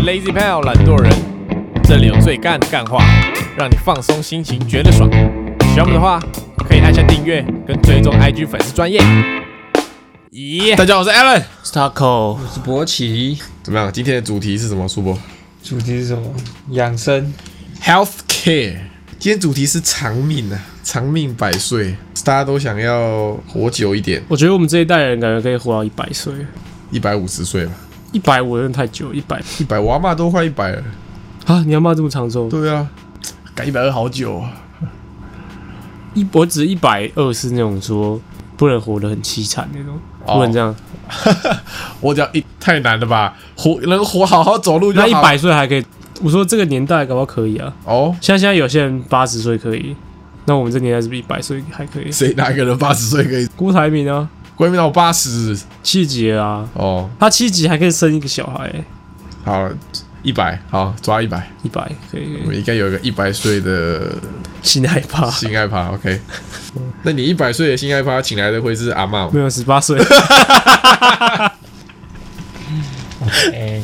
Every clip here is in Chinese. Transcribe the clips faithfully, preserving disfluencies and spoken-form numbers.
Lazy Pal 懒惰人，这里有最干的干话，让你放松心情，觉得爽。喜欢我们的话，可以按下订阅跟追踪 I G 粉丝专页。咦、yeah ，大家好，我是 Alan， 我是 Taco， 我是博奇。 怎么样？今天的主题是什么？苏博？ 主题是什么？养生 ，Healthcare。今天主题是长命啊，长命百岁，大家都想要活久一点。 我觉得我们这一代人感觉可以活到一百岁， 一百五十岁吧。 一百我真的太久，一百一百，我阿嬷都快一百了。 啊！你阿嬷这么长寿？ 对啊，改一百二好久啊。 一我只一百二是那种说不能活得很凄惨那种，哦、不能这样。 我只要一太难了吧？活能活好好走路就好。 那一百岁还可以？我说这个年代搞不好可以啊。 哦， 像现在有些人八十岁可以，那我们这年代是不是一百岁还可以？ 谁哪一个人八十岁可以？ 郭台铭啊， 郭台铭到八十， 七级啊。 哦， 他七级还可以生一个小孩、欸。 好，一百，好抓一百， 一百可以。 我们应该有一个一百岁的性爱趴， 性爱趴 ，OK。那你一百岁的性爱趴请来的会是阿嬷吗？ 没有，十八岁。 哎，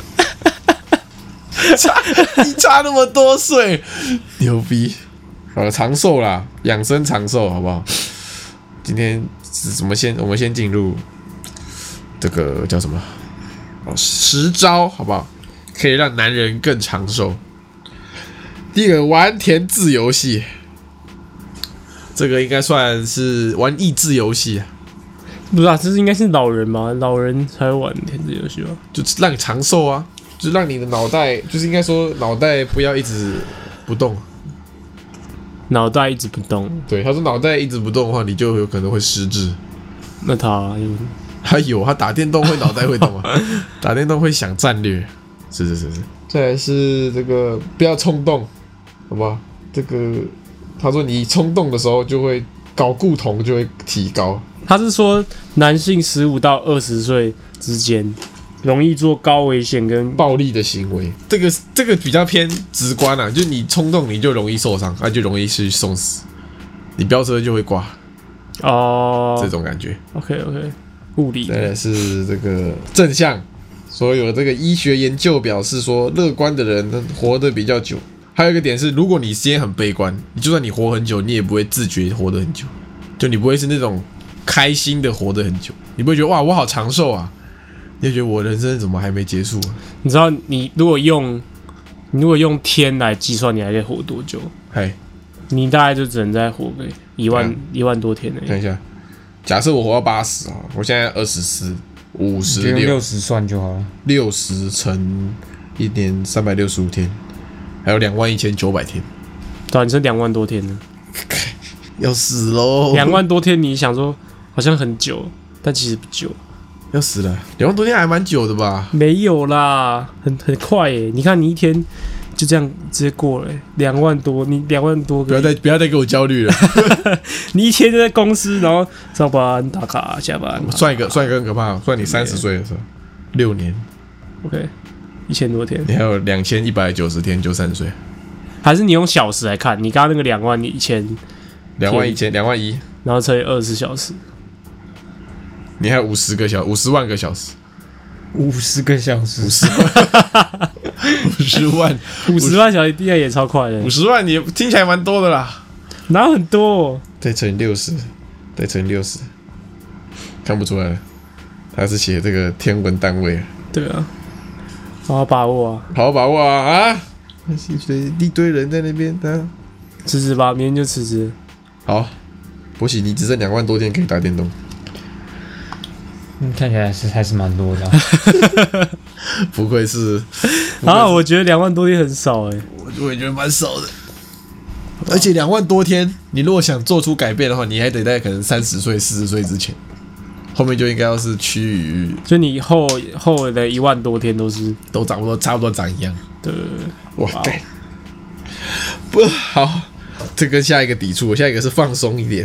差你差那么多岁，牛逼！好，长寿啦，养生长寿，好不好？今天怎么先？我们先进入这个叫什么？哦，十招，好不好？可以让男人更长寿。第一个，玩填字游戏，这个应该算是玩益智游戏啊。 不是啊，这是应该是老人吧？老人才会玩填字游戏吧？ 就是让你长寿啊，就是让你的脑袋，就是应该说脑袋不要一直不动。 脑袋一直不动。 对，他说脑袋一直不动的话，你就有可能会失智。 那他有？ 他有，他打电动会脑袋会动啊，打电动会想战略。是是是是。再来是这个不要冲动，好不好？这个他说你冲动的时候就会睾固酮就会提高。 他是说男性十五到二十岁之间容易做高危险跟暴力的行为，这个这个比较偏直观啊，就是你冲动你就容易受伤，那、啊、就容易去送死，你飙车就会挂哦， 这种感觉。 OK OK， 物理。 再来是这个正向，所有这个医学研究表示说，乐观的人活得比较久。还有一个点是，如果你今天很悲观，你就算你活很久，你也不会自觉活得很久，就你不会是那种开心的活得很久，你不会觉得哇我好长寿啊。你就觉得我人生怎么还没结束、啊？ 你知道，你如果用你如果用天来计算，你还可以活多久？ 嘿， 你大概就只能再活个一万、啊、一万多天而已。 看一下，假设我活到八十啊，我现在二十四，五十六， 六十算就好了。 六十乘一年三百六十五天，还有两万一千九百天。 对，你剩两万多天呢， 要死喽！ 两万多天，你想说好像很久，但其实不久。 要死了，两万多天还蛮久的吧？ 没有啦，很很快耶！你看你一天就这样直接过了，两万多，你两万多个， 不要再不要再给我焦虑了。 你一天就在公司，然后上班打卡，下班算一个算一个很可怕，算你三十岁的时候，六年 ，OK， 一千多天， 你还有两千一百九十天就三十岁， 还是你用小时来看？你刚刚那个两万，你一千， 两万一千，两万一， 然后乘以二十四小时。 你还有五十个小五十万个小时， 五十个小时， 五十万，五十万， 五十万小时应该也超快的。 五十万也听起来蛮多的啦， 哪有很多、哦？ 再乘以六十，再乘以六十，看不出来了，他是写这个天文单位。 对啊，好好把握啊， 好好把握啊啊！一堆人在那边，啊， 辞职吧，明天就辞职。 好，博喜，你只剩两万多天可以打电动。 嗯，看起来是还是蛮多的、啊。 不愧是啊，我觉得两万多天很少哎、欸， 我我也觉得蛮少的。而且两万多天，你如果想做出改变的话，你还得在可能三十岁、四十岁之前，后面就应该要是趋于， 就你后后的一万多天都是都差不多差不多长一样。 对， 哇，干不好，这跟下一个抵触，下一个是放松一点。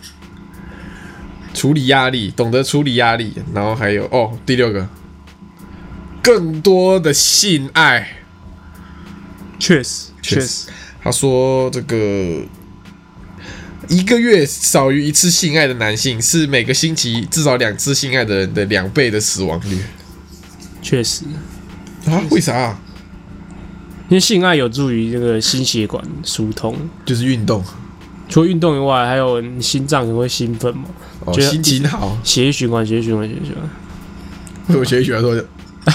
处理压力，懂得处理压力，然后还有哦，第六个，更多的性爱。 确实，确实， 他说这个一个月少于一次性爱的男性，是每个星期至少两次性爱的人的两倍的死亡率。 确实， 啊？为啥、啊？ 因为性爱有助于这个心血管疏通， 就是运动除了运动以外，还有你心脏也会兴奋嘛， 哦， 觉得心情好， 血液循环，血液循环，血液循环， 我血液循环说的，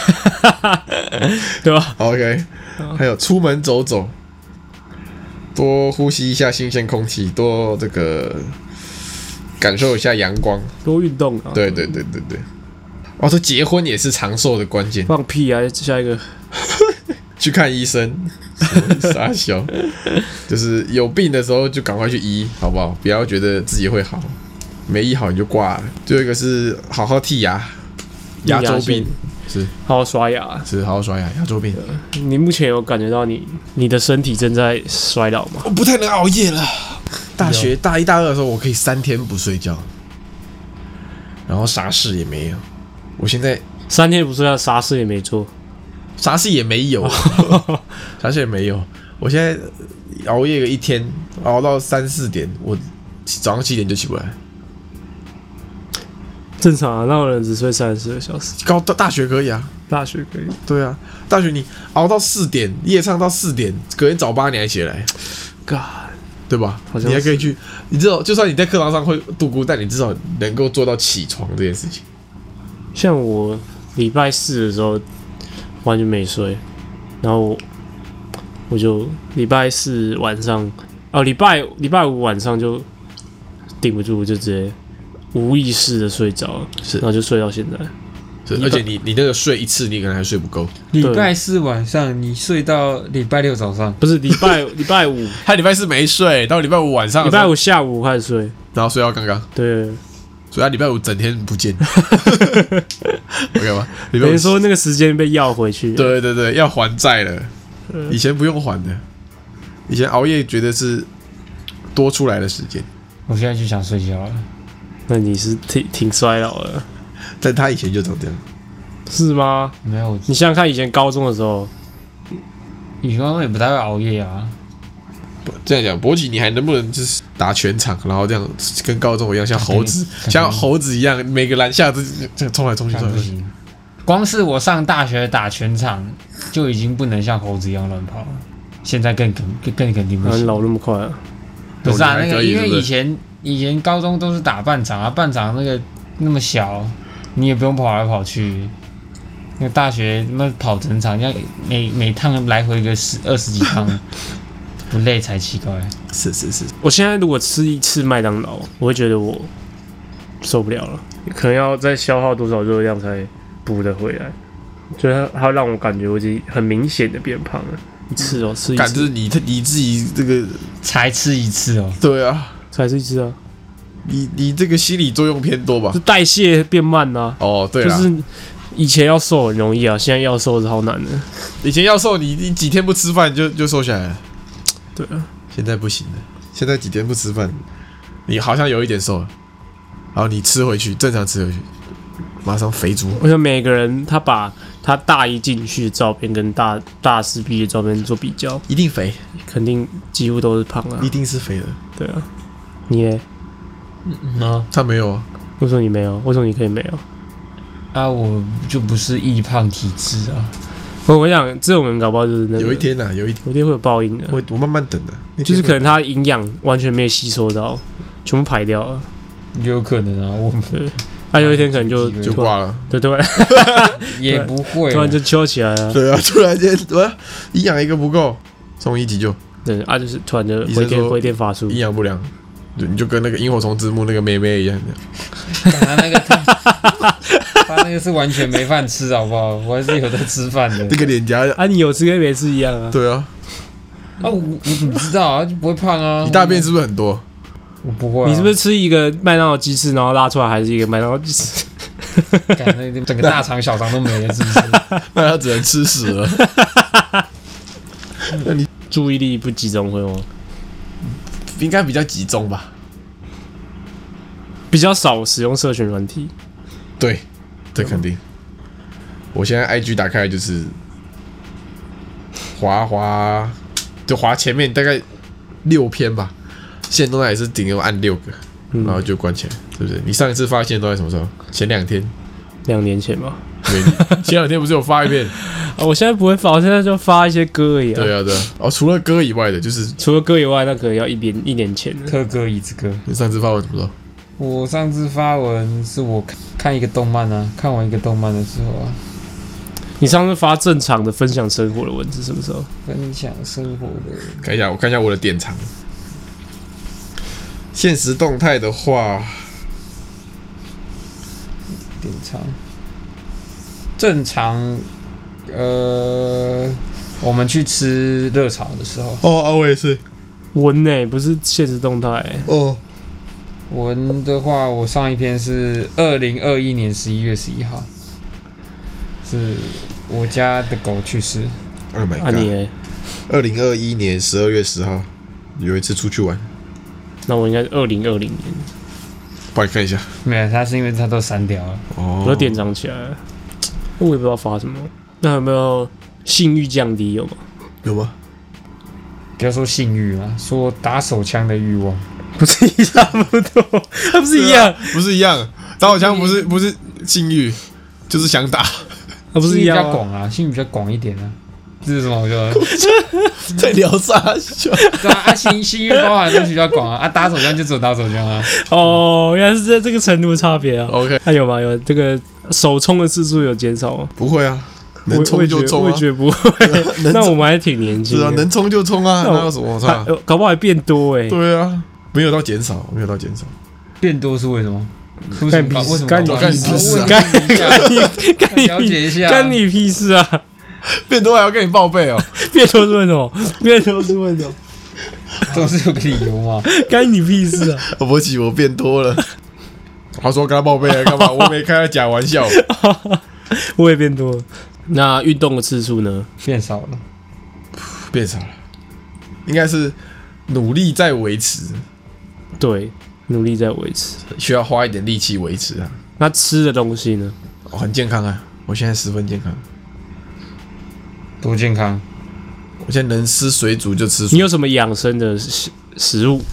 对吧 ？OK，还有出门走走，多呼吸一下新鲜空气，多这个感受一下阳光。 多运动啊。 对对对对对。哦，这结婚也是长寿的关键。 放屁啊！下一个去看医生，傻小，就是有病的时候就赶快去医，好不好？不要觉得自己会好，没医好你就挂了。最后一个是好好剔牙，牙周病是好好刷牙， 是好好刷牙，牙周病。 你目前有感觉到你你的身体正在衰老吗？ 我不太能熬夜了。大学大一大二的时候，我可以三天不睡觉，然后啥事也没有。我现在三天不睡觉，啥事也没做， 啥事也没有，啥事也没有。我现在熬夜个一天，熬到三四点，我早上七点就起不来。 正常啊，那有人只睡三十四个小时。 高大学可以啊， 大学可以。 对啊，大学你熬到四点，夜唱到四点，隔天早八你还起来 God， 对吧？ 好像你还可以去，你知道，就算你在课堂上会度孤，但你至少能够做到起床这件事情。 像我礼拜四的时候完全没睡，然后 我, 我就礼拜四晚上，哦，礼拜礼拜五晚上就顶不住，就直接无意识的睡着了， 是， 然后就睡到现在。 是，而且你你那个睡一次，你可能还睡不够。 礼拜四晚上你睡到礼拜六早上， 不是礼拜礼拜五， 他礼拜四没睡，到礼拜五晚上， 礼拜五下午开始睡， 然后睡到刚刚。 对。 所以他礼拜五整天不见，OK 吗？礼拜五等于说那个时间被要回去。 对对对，要还债了。以前不用还的，以前熬夜觉得是多出来的时间。 我现在就想睡觉了。 那你是挺挺衰老的， 但他以前就长这样， 是吗？ 没有， 你想想看，以前高中的时候， 以前也不太会熬夜啊。 这样讲，博奇你还能不能就是打全场，然后这样跟高中一样，像猴子，像猴子一样，每个篮下都这样冲来冲去，冲来冲去。 光是我上大学打全场就已经不能像猴子一样乱跑了，现在更更更肯定不行。 老那么快啊？ 不是啊，那个因为以前以前高中都是打半场啊，半场那个那么小，你也不用跑来跑去。那个大学那跑整场，要每每趟来回个十二十几趟。不累才奇怪。 是是是， 我现在如果吃一次麦当劳，我会觉得我受不了了，可能要再消耗多少热量才补得回来，所以它它让我感觉我已经很明显的变胖了。一次哦，吃一次， 感觉你你自己这个才吃一次哦。 对啊， 才吃一次啊。 你你这个心理作用偏多吧？ 就代谢变慢啊。 哦，对啦， 就是以前要瘦很容易啊，现在要瘦是好难的。 以前要瘦，你你几天不吃饭就就瘦下来了。 对啊， 现在不行了。现在几天不吃饭，你好像有一点瘦了，然后你吃回去，正常吃回去，马上肥猪。 我想每个人他把他大一进去的照片跟大大四毕业照片做比较， 一定肥， 肯定几乎都是胖啊， 一定是肥的。 对啊，你呢？ 嗯啊， 他没有啊？ 为什么你没有？为什么你可以没有？ 啊，我就不是易胖体质啊。 我我想这种人搞不好就是那个有一天呐、啊，有一有一天会有报应的。 我我慢慢等的， 就是可能他营养完全没有吸收到，全部排掉了。 有可能啊，我对，他、啊、有一天可能就就挂了。 对对， 也不会， 突然就揪起来了。 对啊，突然间我营养一个不够，送医急救。 对啊，就是突然就回天回天乏术， 营养不良，你就跟那个萤火虫之墓那个妹妹一样的。他那个他，他那个是完全没饭吃，好不好？我还是有在吃饭的。 那个脸颊啊，你有吃跟没吃一样啊。 对啊。 啊，我我怎么知道啊？就不会胖啊。 你大便是不是很多？ 我不会、啊。 你是不是吃一个麦当劳鸡翅，然后拉出来还是一个麦当劳鸡翅？ 感觉整个大肠小肠都没了，是不是？ 那他只能吃屎了。 那你注意力不集中会吗？ 应该比较集中吧。 比较少使用社群软体。 对，这肯定。我现在 I G 打开来就是滑滑，就滑前面大概六篇吧，现动态也是顶多按六个，然后就关起来，对不对？你上一次发现都在什么时候？前两天， 两年前吧。 对，前两天不是有发一遍？ 我现在不会发，我现在就发一些歌而已、啊。 对啊，对啊。哦，除了歌以外的，就是除了歌以外，那可能要一年一年前了。 特歌椅子歌。 你上次发文什么时候？ 我上次发文是我看一个动漫啊，看完一个动漫的时候啊。 你上次发正常的分享生活的文字什么时候？ 分享生活的。 看一下，我看一下我的典藏。现实动态的话， 典藏。正常，呃，我们去吃热炒的时候。 哦啊，我也是。 文呢、欸，不是现实动态、欸。 哦。 文的话，我上一篇是二零二一年十一月十一号，是我家的狗去世。 Oh my god！ 啊你欸二零二一年十二月十号有一次出去玩， 那我应该是二零二零年， 帮你看一下。 没有，他是因为他都删掉了。 哦， 我都典藏起来了，我也不知道发什么。那有没有性欲降低？有吗？ 有吗？ 不要说性欲嘛，说打手枪的欲望。 不是一差不多，它不是一样， 不是一样。打火枪不是不是性欲，就是想打， 它不是一样、啊。 比较广啊，性欲比较广一点啊。这是什么？我就在聊啥？ 对啊，啊性性欲包含的东西比较广啊，啊打手枪就只有打手枪啊。 哦，原来是这这个程度的差别啊。 OK， 还有吗？有这个手冲的次数有减少吗？ 不会啊，能冲就冲啊。 我也觉得不会。那我们还挺年轻。 是啊，能冲就冲啊，那有什么差？ 搞不好还变多哎、欸。 对啊。没有到减少，没有到减少， 变多是为什么？ 干你屁事！干你屁事！ 干你干你了解一下， 干你屁事啊！ 变多还要跟你报备哦？ 变多是为什么？变多是为什么？ 总是有个理由嘛。 干你屁事啊！ 我不起，我变多了。他说跟他报备啊，干嘛？我没开他假玩笑。 我也变多了。那运动的次数呢？ 变少了， 变少了，应该是努力在维持。 对，努力在维持， 需要花一点力气维持啊。 那吃的东西呢？ 哦，很健康啊，我现在十分健康。 多健康！ 我现在能吃水煮就吃水煮。 你有什么养生的食食物？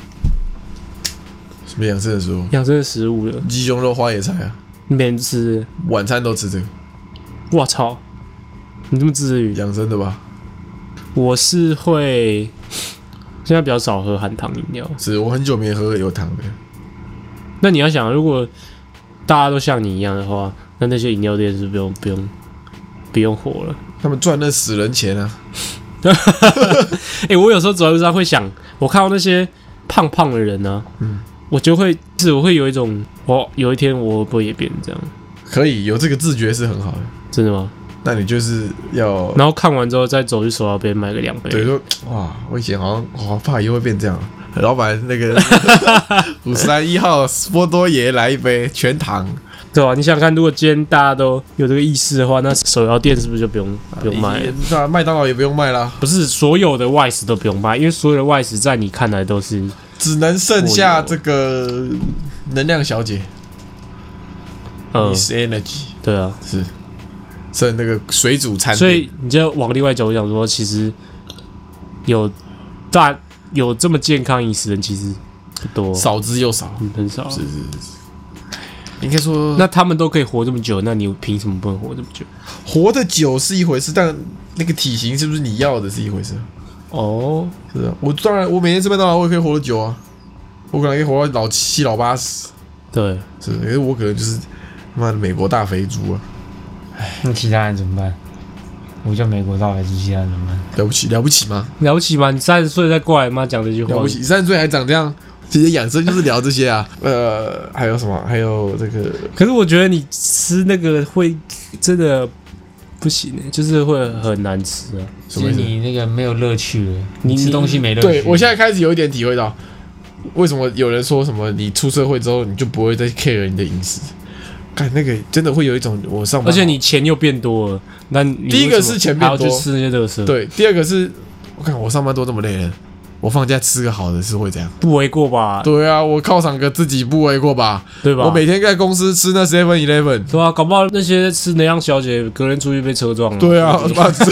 什么养生的食物？ 养生的食物了， 鸡胸肉、花椰菜啊， 每天吃， 晚餐都吃这个。 我操，你这么自律？ 养生的吧？ 我是会。现在比较少喝含糖饮料， 是我很久没喝有糖的。 那你要想，如果大家都像你一样的话，那那些饮料店是不用不用不用活了。 他们赚那死人钱啊！ 哎、欸，我有时候走在路上会想，我看到那些胖胖的人呢、啊，嗯，我就会是我会有一种，我有一天我会不会也变成这样？ 可以有这个自觉是很好的。 真的吗？ 那你就是要， 然后看完之后再走去手摇杯买个两杯。 对，说哇，我以前好像好怕以后会变这样。老板那个五三一号波多野来一杯全糖， 对吧、啊？你想想看，如果今天大家都有这个意识的话，那手摇店是不是就不用不用卖了？ 那麦当劳也不用卖啦。 不是所有的外食都不用卖，因为所有的外食在你看来都是只能剩下这个能量小姐。 呃 ，Miss Energy， 对啊， 是。剩那个水煮餐， 所以你就往另外角度讲说，其实有大有这么健康饮食的人其实不多， 少之又少， 嗯，很少。 是是是，应该说， 那他们都可以活这么久，那你凭什么不能活这么久？ 活得久是一回事，但那个体型是不是你要的是一回事。 哦， 是啊，我当然我每天吃麦当劳，我也可以活得久啊，我可能可以活到老七老八十。 对， 是，可是我可能就是他妈的美国大肥猪啊。 那其他人怎么办？我叫美国大肥猪，其他人怎么办？ 了不起，了不起吗？ 了不起吗？你三十岁再过来妈讲这句话， 了不起，三十岁还长这样。其实养生就是聊这些啊，呃，还有什么？还有这个。 可是我觉得你吃那个会真的不行、欸，就是会很难吃啊。 什么？你那个没有乐趣了，你吃东西没乐趣。 对，我现在开始有一点体会到，为什么有人说什么你出社会之后你就不会再 care 你的饮食。看那个真的会有一种我上班， 而且你钱又变多了。那第一个是钱变多， 还要去吃那些垃圾。 对，第二个是我看我上班都这么累了，我放假吃个好的是会这样， 不为过吧？ 对啊，我犒赏个自己不为过吧？ 对吧？ 我每天在公司吃那 seven eleven， 对啊，搞不好那些吃能量小姐隔天出去被车撞了。 对啊，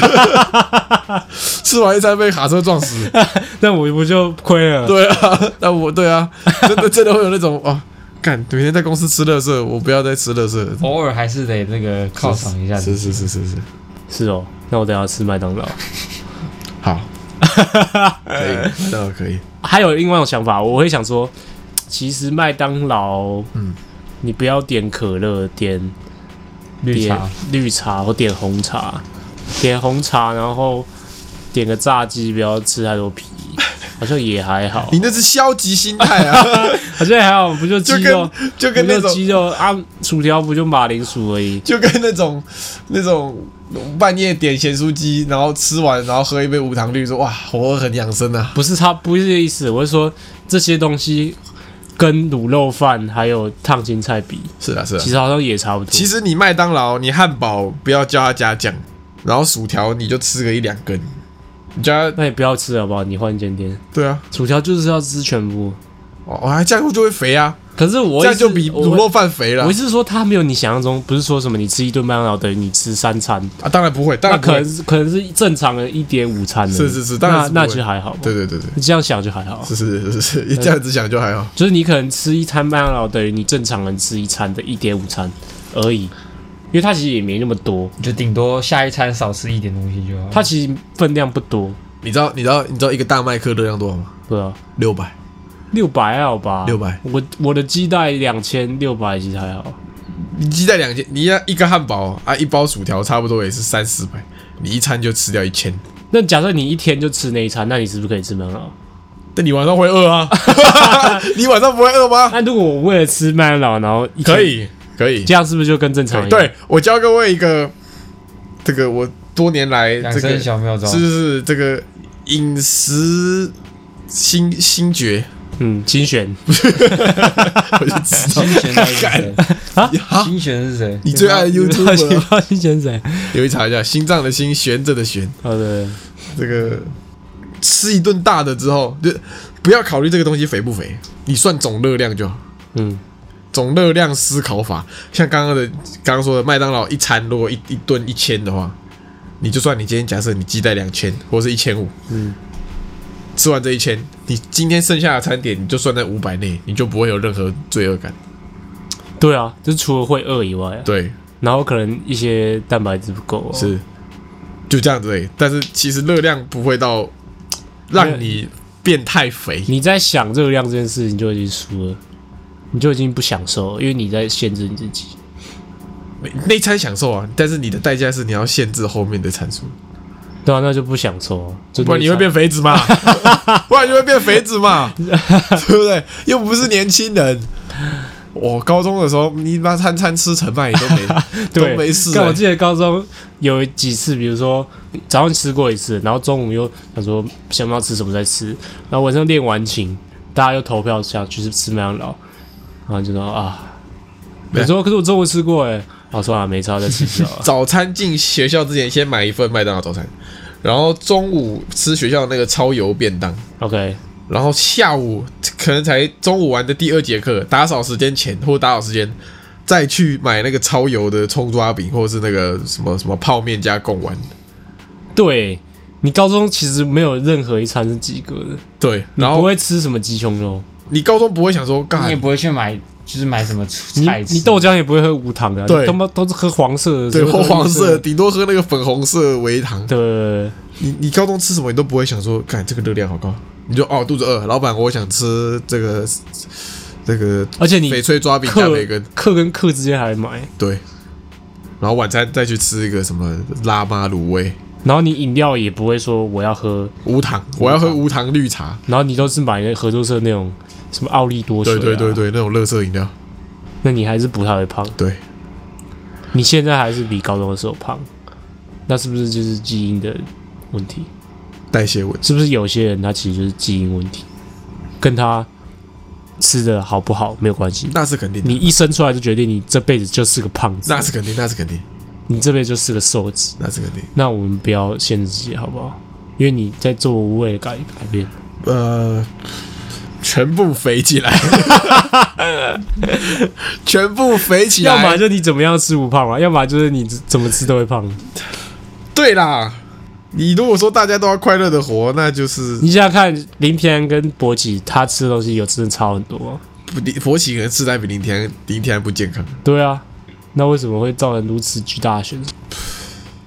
吃吃完一餐被卡车撞死， 那我不就亏了？ 对啊，那我对啊，真的真的会有那种啊。干，每天在公司吃垃圾，我不要再吃垃圾。 偶尔还是得那个犒赏一下。 是是是是是。 是哦，那我等一下吃麦当劳。 好，可以，那可以。 还有另外一种想法，我会想说，其实麦当劳， 嗯， 你不要点可乐，点绿茶、 绿茶或点红茶，点红茶，然后点个炸鸡，不要吃太多皮，好像也还好。 你那是消极心态啊， 好像还好，不就鸡肉， 就跟就跟那种鸡肉啊，薯条不就马铃薯而已， 就跟那种那种半夜点咸酥鸡，然后吃完，然后喝一杯无糖绿，说哇，我很养生啊。 不是他不是这个意思，我是说这些东西跟卤肉饭还有烫青菜比， 是啊是啊， 其实好像也差不多。 其实你麦当劳，你汉堡不要叫他加酱，然后薯条你就吃个一两根，你加那也不要吃好不好？你换一间店。 对啊， 薯条就是要吃全部。 哦，还这样就会肥啊。 可是我这样就比卤肉饭肥了。 我是说，他没有你想象中，不是说什么你吃一顿麦当劳等于你吃三餐啊，当然不会，当然不会， 那可能是可能是正常的一点五餐的。 是是是，当然是那那就还好。 对对对对， 你这样想就还好。 是是是是是，你这样子想就还好。 就是你可能吃一餐麦当劳等于你正常人吃一餐的一点五餐而已，因为它其实也没那么多， 就顶多下一餐少吃一点东西就好。 它其实分量不多。 你知道你知道你知道一个大麦克热量多少吗？ 对啊， 六百。 六百还好吧？ 六百， 我我的鸡蛋两千，六百其实还好。 你鸡蛋两千，你要一个汉堡啊，一包薯条，差不多也是三四百，你一餐就吃掉一千。 那假设你一天就吃那一餐，那你是不是可以吃麦当劳？ 但你晚上会饿啊？你晚上不会饿吗？ 那如果我为了吃麦当劳，然后一可以可以， 这样是不是就跟正常一样？ 对，我教各位一个，这个我多年来养这个生小妙招， 是是是这个饮食心心诀。 嗯，金璇， 我就知道。 金璇是谁啊？ 金璇是谁？ 你最爱的 YouTuber 金璇谁？ 有一查一下，心脏的心，悬着的悬。 好的， 这个吃一顿大的之后，就不要考虑这个东西肥不肥，你算总热量就好。 嗯， 总热量思考法，像刚刚的刚刚说的，麦当劳一餐如果一一顿一千的话，你就算你今天假设你鸡蛋两千或是一千五，嗯。吃完这一千，你今天剩下的餐点你就算在五百内，你就不会有任何罪恶感。 对啊，就是除了会饿以外、啊， 对， 然后可能一些蛋白质不够、啊， 是就这样子而已。但是其实热量不会到让你变太肥。 你在想热量这件事情就已经输了，你就已经不享受了，因为你在限制你自己。 那一餐享受啊，但是你的代价是你要限制后面的参数。 对啊，那就不享受啊， 不然你会变肥子嘛？不然你会变肥子嘛？对不对？又不是年轻人。我高中的时候，你妈餐餐吃成麦都没都没事、欸。 但我记得高中有几次，比如说早上吃过一次，然后中午又想说想不要吃什么再吃，然后晚上练完琴，大家又投票想去吃麦当劳，然后就说啊，你说可是我中午吃过哎、欸。好，算了，没差，再吃就好了。 早餐进学校之前，先买一份麦当劳早餐，然后中午吃学校那个超油便当。 OK， 然后下午可能才中午完的第二节课，打扫时间前或打扫时间，再去买那个超油的葱抓饼，或者是那个什么什么泡面加贡丸。 对，你高中其实没有任何一餐是及格的。 对，然后你不会吃什么鸡胸肉， 你高中不会想说，干你也不会去买。就是买什么菜吃， 你豆浆也不会喝无糖的、啊， 对， 他妈都是喝黄色的， 对，喝黄色，顶多喝那个粉红色微糖。 对， 你你高中吃什么，你都不会想说，看这个热量好高，你就哦肚子饿，老板我想吃这个这个， 而且你翡翠抓饼加培根， 课跟课之间还买， 对，然后晚餐再去吃一个什么辣妈卤味， 然后你饮料也不会说我要喝无糖，我要喝无糖绿茶， 然后你都是买那合作社那种。什么奥利多水、啊？ 对对对对，那种垃圾饮料， 那你还是不太会胖。 对， 你现在还是比高中的时候胖，那是不是就是基因的问题？ 代谢问题？ 是不是有些人他其实就是基因问题，跟他吃的好不好没有关系？ 那是肯定的。 你一生出来就决定你这辈子就是个胖子， 那是肯定，那是肯定。 你这辈子就是个瘦子， 那是肯定。 那我们不要限制自己好不好？因为你在做无谓的改改变。 呃。全部肥起来，全部肥起来。 要么就你怎么样吃不胖嘛，要么就是你怎么吃都会胖。 对啦，你如果说大家都要快乐的活，那就是你想想看，林田跟博奇他吃的东西有真的差很多。 博奇可能吃的比林田林田不健康。 对啊，那为什么会造成如此巨大的选择？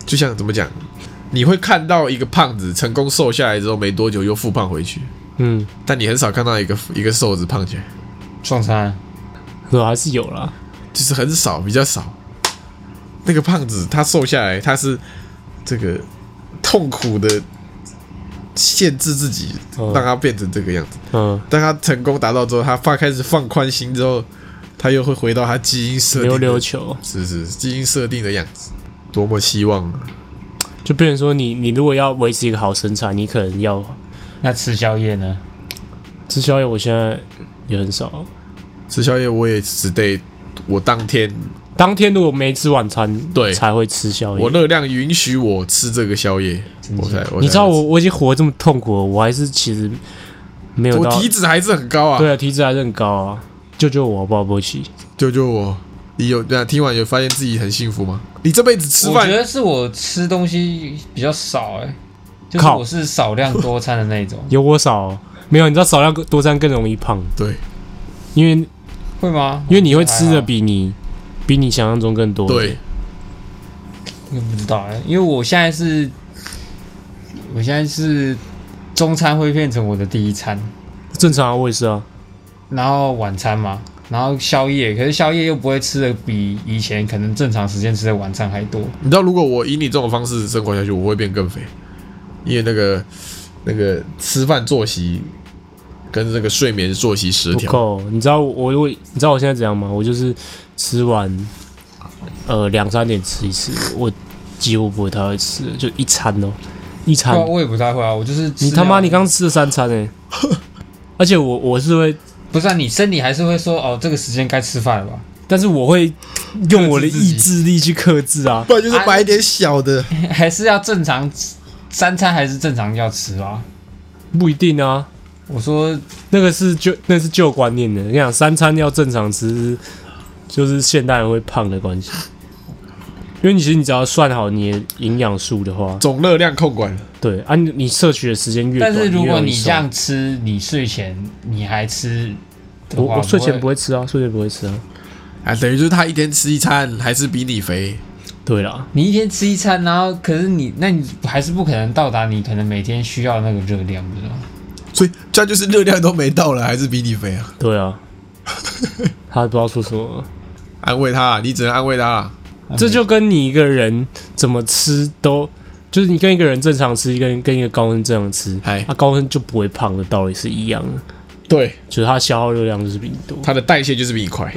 就像怎么讲，你会看到一个胖子成功瘦下来之后没多久又复胖回去， 嗯， 但你很少看到一个一个瘦子胖起来， 撞餐， 我还是有啦， 就是很少，比较少。那个胖子他瘦下来，他是这个痛苦的限制自己， 嗯让他变成这个样子。 嗯， 当他成功达到之后，他放开始放宽心之后，他又会回到他基因设定的溜溜球， 是是基因设定的样子。多么希望啊！ 就变成说你你如果要维持一个好身材，你可能要那吃宵夜呢？ 吃宵夜，我现在也很少。 吃宵夜我也只得我当天当天如果没吃晚餐， 对才会吃宵夜。 我热量允许我吃这个宵夜，我才我才你知道我我已经活得这么痛苦了，我还是其实没有到我体脂还是很高啊。 对啊，体脂还是很高啊。救救我好不好，波奇？ 救救我！你有对啊？听完有发现自己很幸福吗？你这辈子吃我饭觉得是我吃东西比较少哎、欸，就是靠我是少量多餐的那种。 有我少、哦、没有？你知道少量多餐更容易胖， 对因为会吗？ 因为你会吃的比你比你想象中更多。 对， 我不知道哎、欸，因为我现在是，我现在是中餐会变成我的第一餐， 正常啊，我也是啊。 然后晚餐嘛，然后宵夜，可是宵夜又不会吃的比以前可能正常时间吃的晚餐还多。 你知道，如果我以你这种方式生活下去，我会变更肥，因为那个那个吃饭作息跟这个睡眠作息失调。 不够，你知道我我你知道我现在怎样吗？我就是吃完呃两三点吃一次，我几乎不会太会吃，就一餐哦，一餐。 我我也不太会啊，我就是吃你他妈了你刚吃了三餐哎、欸，而且我我是会， 不是啊，你身体还是会说哦，这个时间该吃饭了吧？ 但是我会用我的意志力去克制啊。 不然就是买一点小的， 还是要正常吃三餐还是正常要吃吧？ 不一定啊， 我说那个是旧那是旧观念的。你讲三餐要正常吃，就是现代人会胖的关系。因为你其实你只要算好你的营养素的话， 总热量控管。 对啊，你你摄取的时间越短， 但是如果你这越容易瘦样吃，你睡前你还吃的话， 我我睡前不不会吃啊，睡前不会吃啊。 啊，等于就是他一天吃一餐，还是比你肥。 对啦， 你一天吃一餐，然后可是你那你还是不可能到达你可能每天需要的那个热量，不知道吗？ 所以这样就是热量都没到了，还是比你肥啊？ 对啊，他不知道说什么， 安慰他、啊，你只能安慰他、啊。 这就跟你一个人怎么吃都，就是你跟一个人正常吃，跟跟一个高温正常吃， 哎他、啊、高温就不会胖的道理是一样的， 对， 就是他消耗热量就是比你多。 他的代谢就是比你快。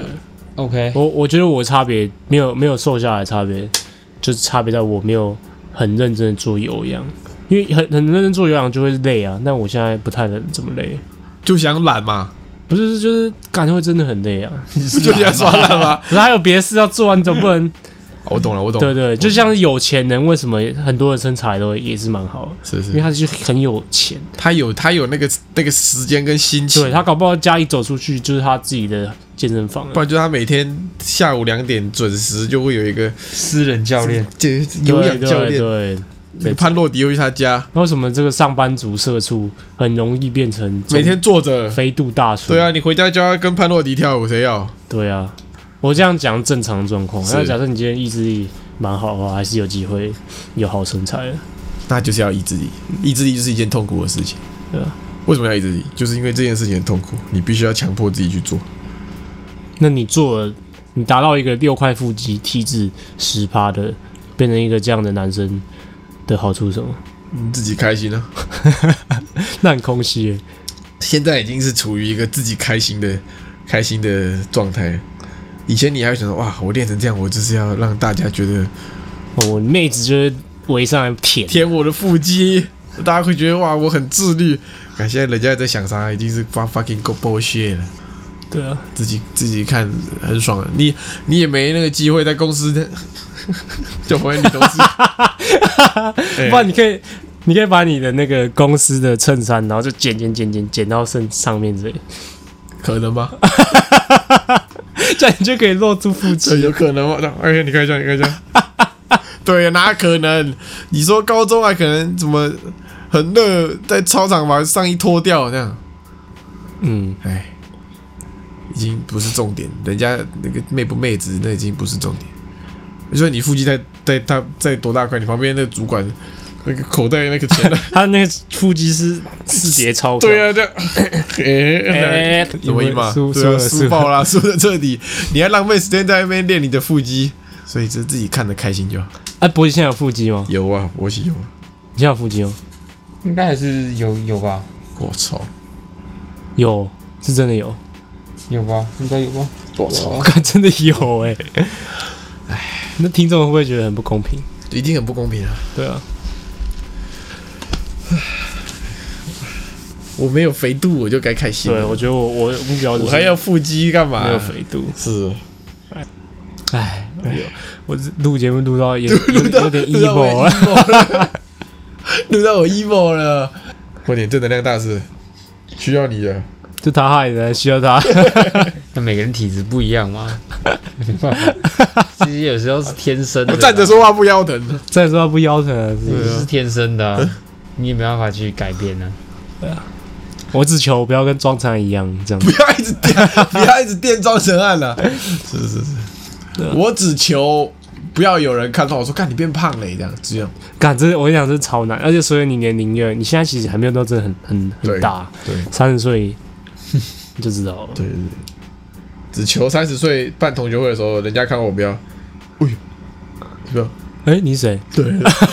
OK， 我我觉得我差别没有没有瘦下来的差别，就是差别在我没有很认真的做有氧，因为很很认真做有氧就会累啊，但我现在不太能这么累， 就想懒嘛， 不是就是感觉会真的很累啊， 就想耍懒嘛。 可是还有别的事要做啊，你总不能我懂了，我懂了。 对对，就像是有钱人为什么很多的身材都也是蛮好的， 是是， 因为他就很有钱， 他有他有那个那个时间跟心情， 对他搞不好家里走出去就是他自己的健身房啊， 不然就他每天下午两点准时就会有一个私人教练， 这有氧教练， 对对对。 那个潘洛迪会去他家， 那为什么这个上班族社畜很容易变成每天坐着。 肥度大叔？ 对啊，你回家就要跟潘洛迪跳舞，谁要？ 对啊，我这样讲正常状况。 是那假设你今天意志力蛮好的话，还是有机会有好身材的。 那就是要意志力，意志力就是一件痛苦的事情。 对啊， 为什么要意志力？就是因为这件事情很痛苦，你必须要强迫自己去做。 那你做了，你达到一个六块腹肌、体脂十趴的，变成一个这样的男生的好处是什么？ 你自己开心啊！ 那很空虚耶。 现在已经是处于一个自己开心的、开心的状态。以前你还会想说，哇，我练成这样，我就是要让大家觉得我妹子就是围上来舔， 舔我的腹肌，大家会觉得哇，我很自律。看现在人家在想啥，已经是 fucking go bullshit 了。 对啊， 自己自己看很爽的，你你也没那个机会在公司的就回你同事， 不然你可以，你可以把你的那个公司的衬衫，然后就剪剪剪剪剪到剩上面这里， 可能吗？ 这样你就可以露出腹肌。 有可能吗？哎，你看一下，你看一下。对，哪可能？你说高中还可能怎么很热，在操场把上衣脱掉这样？ 嗯， 哎，已经不是重点，人家那个妹不妹子，那已经不是重点。所以你腹肌太在他在多大块？你旁边那个主管那个口袋那个钱， 他那个腹肌是四节超对啊，这样，哎、欸，怎么赢嘛？ 输对啊，输爆啦，输的彻底，你还浪费时间在那边练你的腹肌，所以就自己看得开心就好。 哎、啊，博奇现在有腹肌吗？ 有啊，博奇有啊。 你现在有腹肌吗？ 应该还是有有吧？ 我操， 有，是真的有， 有吧？应该有吧？ 我操， 我看真的有哎、欸。哎，那听众会不会觉得很不公平？ 一定很不公平啊！ 对啊， 我没有肥度，我就该开心。 对，我觉得我我目标我还要腹肌干嘛？ 没有肥度是。 哎，我录节目录到有有有点 emo 了，录到我 emo 了。快点，正能量大师，需要你了。 就他害的，需要他。 那每个人体质不一样嘛，没办法。其实有时候是天生的。 站着说话不腰疼， 站着说话不腰疼啊， 是天生的、啊，你也没办法去改变呢、啊。 对啊，我只求不要跟庄成汉一样这样。 不要一直垫，不要一直垫庄成汉了。是是是，啊、我只求不要有人看到我说，看你变胖了这样，这样。 干，这我跟你讲，这超难，而且随着你年龄越，你现在其实还没有到真的很很很大， 对， 三十岁你就知道了。 对对对，只求三十岁办同学会的时候，人家看到我不要，哎呦，不要， 哎、欸，你是谁？ 对，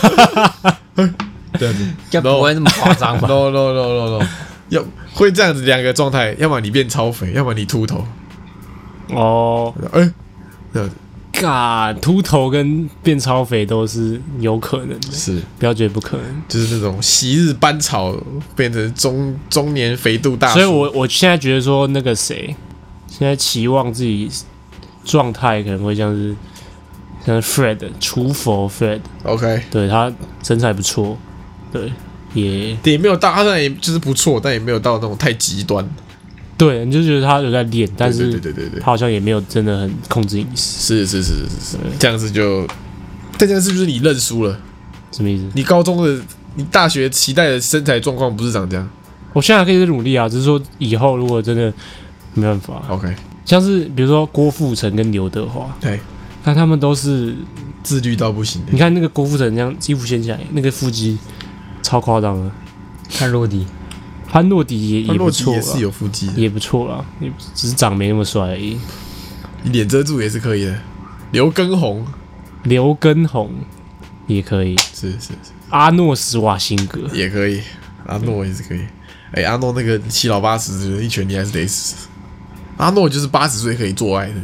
这样子， 要不会那么夸张吧 ？No No No No No， 要会这样子两个状态，要么你变超肥，要么你秃头。 哦， 哎、欸，这样子。 嘎，秃头跟变超肥都是有可能的， 是不要觉得不可能， 就是那种昔日班草变成中中年肥度大叔。 所以我我现在觉得说那个谁，现在期望自己状态可能会像是像 Fred 厨佛 Fred，OK，、 okay. 对他身材不错，对，也也没有到，他那也就是不错，但也没有到那种太极端。 对，你就觉得他有在练，但是对对对对， 他好像也没有真的很控制饮食。 是是是是是，这样子就，但这样是不是你认输了？ 什么意思？ 你高中的、你大学期待的身材状况不是长这样？ 我现在还可以再努力啊，只是说以后如果真的没办法 ，OK， 像是比如说郭富城跟刘德华， 对， 看他们都是自律到不行的。 你看那个郭富城这样衣服掀起来，那个腹肌超夸张的。 看洛迪。 潘洛迪也也不错， 也是有腹肌， 也不错啦，也只是长没那么帅而已。 你脸遮住也是可以的。刘畊宏， 刘畊宏也可以， 是是是。 阿诺施瓦辛格也可以，阿诺也是可以。哎、欸，阿诺那个七老八十，一拳你还是得死。阿诺就是八十岁可以做爱的，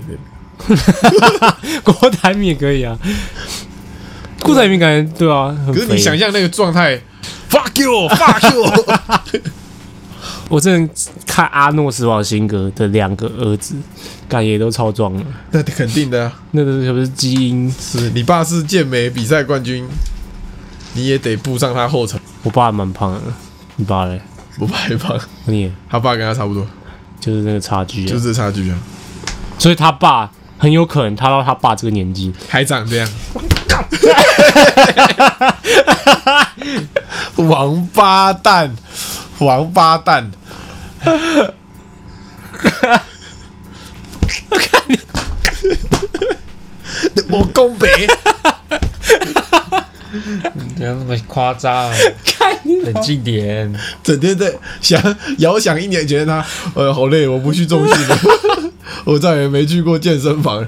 郭台铭也可以啊。郭台铭感觉对啊， 可是你想象那个状态 ，fuck you，fuck you。 我之前看阿诺施瓦辛格的两个儿子，感也都超壮了。 那肯定的、啊， 那个是不是基因？ 是你爸是健美比赛冠军，你也得步上他后尘。 我爸蛮胖的，你爸嘞？ 我爸也胖， 你他爸跟他差不多， 就是那个差距、啊， 就是这差距啊。 所以他爸很有可能他到他爸这个年纪还长这样。王八蛋，王八蛋。我看你，我公北， 不要那么夸张，冷静点。 整天在想遥想一年前的他，呃，好累，我不去重训了，我再也没去过健身房。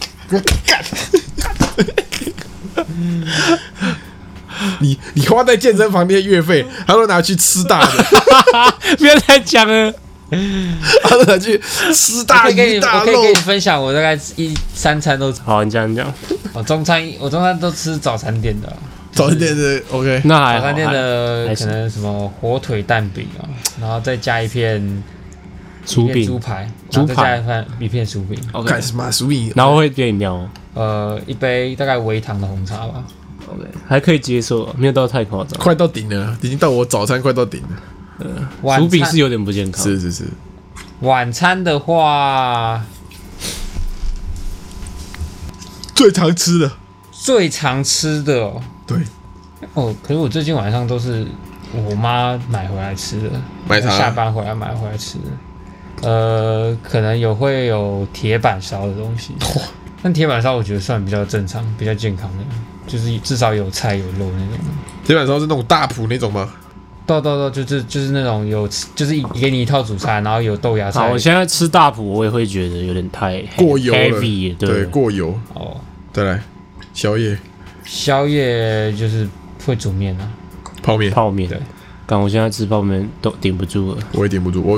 你你花在健身房那些月费，他都拿去吃大的， 不要再讲了。 他都拿去吃大鱼大肉。 我可以跟你分享，我大概一三餐都好，你讲你讲。 我中餐我中餐都吃早餐店的， 早餐店的 OK， 那还好。 早餐店的可能什么火腿蛋饼啊，然后再加一片薯饼、 猪排， 猪排，再加一片薯饼。 OK， 干什么薯饼？ 然后会点饮料， 呃，一杯大概微糖的红茶吧。 OK， 还可以接受，没有到太夸张。 快到顶了，已经到我早餐快到顶了。 呃，薯饼是有点不健康。 是是是。 晚餐的话， 最常吃的， 最常吃的哦。 对。 哦，可是我最近晚上都是我妈买回来吃的， 买啥？ 下班回来买回来吃的。呃，可能有会有铁板烧的东西。但铁板烧我觉得算比较正常、比较健康的。 就是至少有菜有肉那种。 铁板烧是那种大埔那种吗？ 对对对，就是就是那种有，就是给你一套主菜，然后有豆芽菜。 好，我现在吃大埔，我也会觉得有点太过油了 heavy， 对, 对，过油。 哦， 再来宵夜， 宵夜就是会煮面啊， 泡面， 泡面。 对， 刚我现在吃泡面都顶不住了， 我也顶不住。我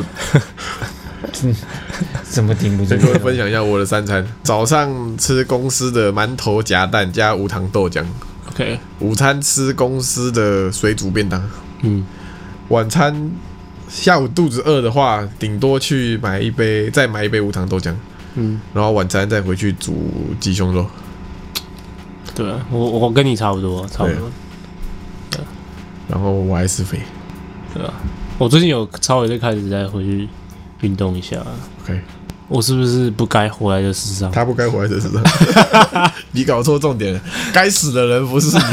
怎么顶不住？ 跟各位分享一下我的三餐：早上吃公司的馒头夹蛋加无糖豆浆 ，OK， 午餐吃公司的水煮便当， 嗯。 晚餐下午肚子饿的话，顶多去买一杯，再买一杯无糖豆浆， 嗯， 然后晚餐再回去煮鸡胸肉。 对啊，我我跟你差不多，差不多。 然后我还是肥， 对啊，我最近有稍微再开始再回去运动一下。 OK， 我是不是不该活在这世上？ 他不该活在这世上，你搞错重点了，该死的人不是你。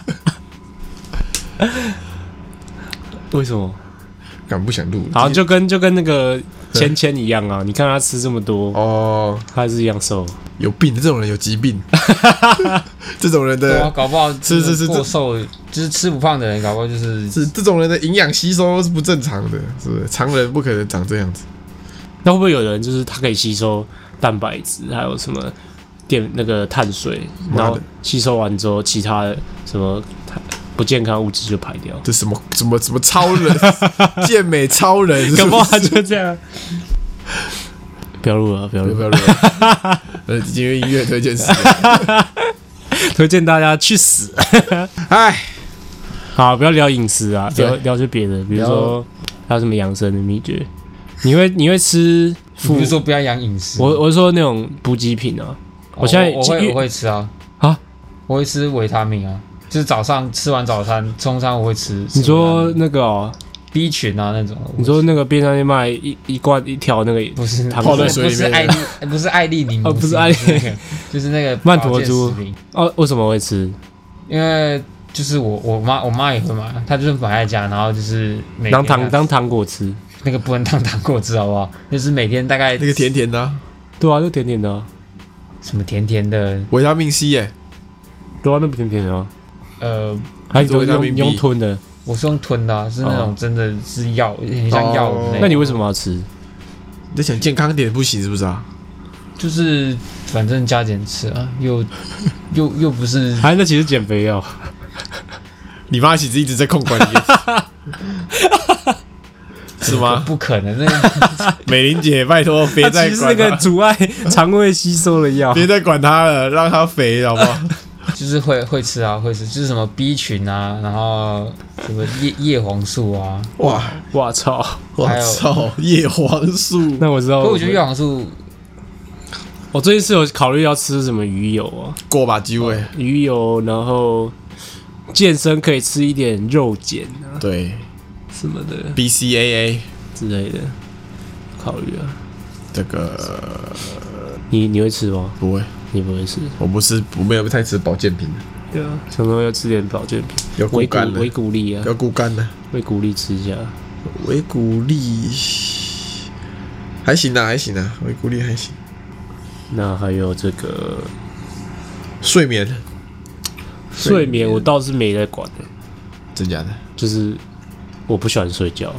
为什么？ 敢不想录？ 好，就跟就跟那个芊芊一样啊！你看他吃这么多， 哦， 他还是一样瘦。 有病，这种人有疾病。这种人的， 对啊，搞不好是是是过瘦，就是吃不胖的人，搞不好就是是这种人的营养吸收是不正常的，是不是？常人不可能长这样子。 那会不会有人就是他可以吸收蛋白质，还有什么电那个碳水，然后吸收完之后，其他的什么不健康物质就排掉？ 这什么什么什么超人，健美超人，是不是搞不好他就这样。不要录了，不要录， 不要录了。呃，今天音乐推荐时间， 推荐大家去死。 哎， 好，不要聊饮食啊，聊聊些别的，比如说还有什么养生的秘诀？你会你会吃？ 比如说不要养饮食。 我我是说那种补给品啊。 我现在我会我会吃啊啊， 我会吃维他命啊，就是早上吃完早餐，中餐我会吃。 你说那个哦 B 群啊那种？ 你说那个便当店卖一一罐一条那个不是泡在水里面不是艾丽，不是艾丽柠檬， 哦，不是艾丽， 就是那个曼陀珠。哦，为什么会吃？ 因为就是我我妈我妈也会买，她就是买在家，然后就是每当糖当糖果吃。 那个不能当糖果汁好不好？就是每天大概那个甜甜的、啊， 对啊，就甜甜的、啊， 什么甜甜的维他命 C 耶、欸， 对啊，那不甜甜的啊， 呃， 还有用用吞的， 我是用吞的、啊，是那种真的是药，很像药的那种。 那你为什么要吃？ 你在想健康点不行是不是啊？ 就是反正加减吃啊，又又又不是， 还那其实减肥药。 你妈其实一直在控管你。是吗？ 不可能，那美玲姐，拜托别再管她， 其实那个阻碍肠胃吸收的药， 别再管她了，让她肥好不好？ 就是会会吃啊，会吃，就是什么 B 群啊，然后什么叶叶黄素啊， 哇， 哇操， 我操，叶黄素。 那我知道， 可我觉得叶黄素， 我最近是有考虑要吃什么鱼油啊， 过把机会， 鱼油，然后健身可以吃一点肉碱啊， 对。 什么的 B C A A 之类的，考虑啊。 这个你你会吃吗？ 不会， 你不会吃。 我不是我没有太吃保健品的。 对啊，想说要吃点保健品， 要固肝的， 维骨力啊， 要固肝的， 维骨力吃一下。 维骨力还行啊，还行啊，维骨力还行。 那还有这个睡眠， 睡眠我倒是没在管的， 真假的？ 就是我不喜欢睡觉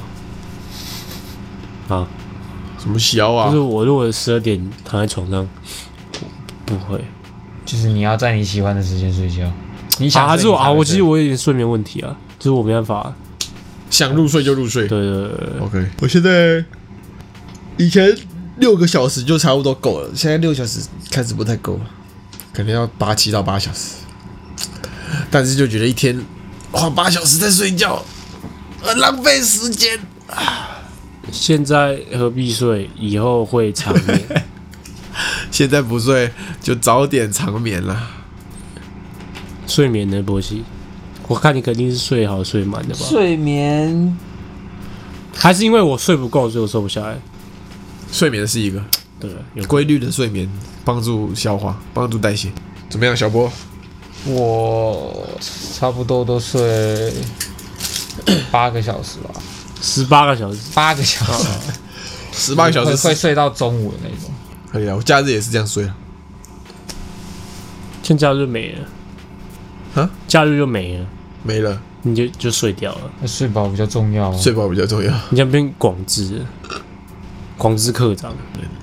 啊。 什么小啊？ 就是我如果十二点躺在床上，不会， 就是你要在你喜欢的时间睡觉。你想啊，还是我啊？我其实我我有点睡眠问题啊，就是我没办法， 想入睡就入睡。 对对对对 ，OK。我现在以前六个小时就差不多够了，现在六小时开始不太够了，可能要八七到八小时。但是就觉得一天花八小时在睡觉，很浪费时间啊。 现在何必睡？以后会长眠。 现在不睡就早点长眠啦。 睡眠的波西，我看你肯定是睡好睡满的吧？ 睡眠还是因为我睡不够，所以我瘦不下来？ 睡眠是一个对，有规律的睡眠，帮助消化，帮助代谢。怎么样，小波？ 我差不多都睡八个小时吧， 十八个小时， 八个小时， 十八个小时会会睡到中午的那种。 可以啊，我假日也是这样睡啊。 现在就没了。 啊， 假日就没了， 没了， 你就就睡掉了。 那睡饱比较重要、啊。 睡饱比较重要。 你这样变广智了，广智课长。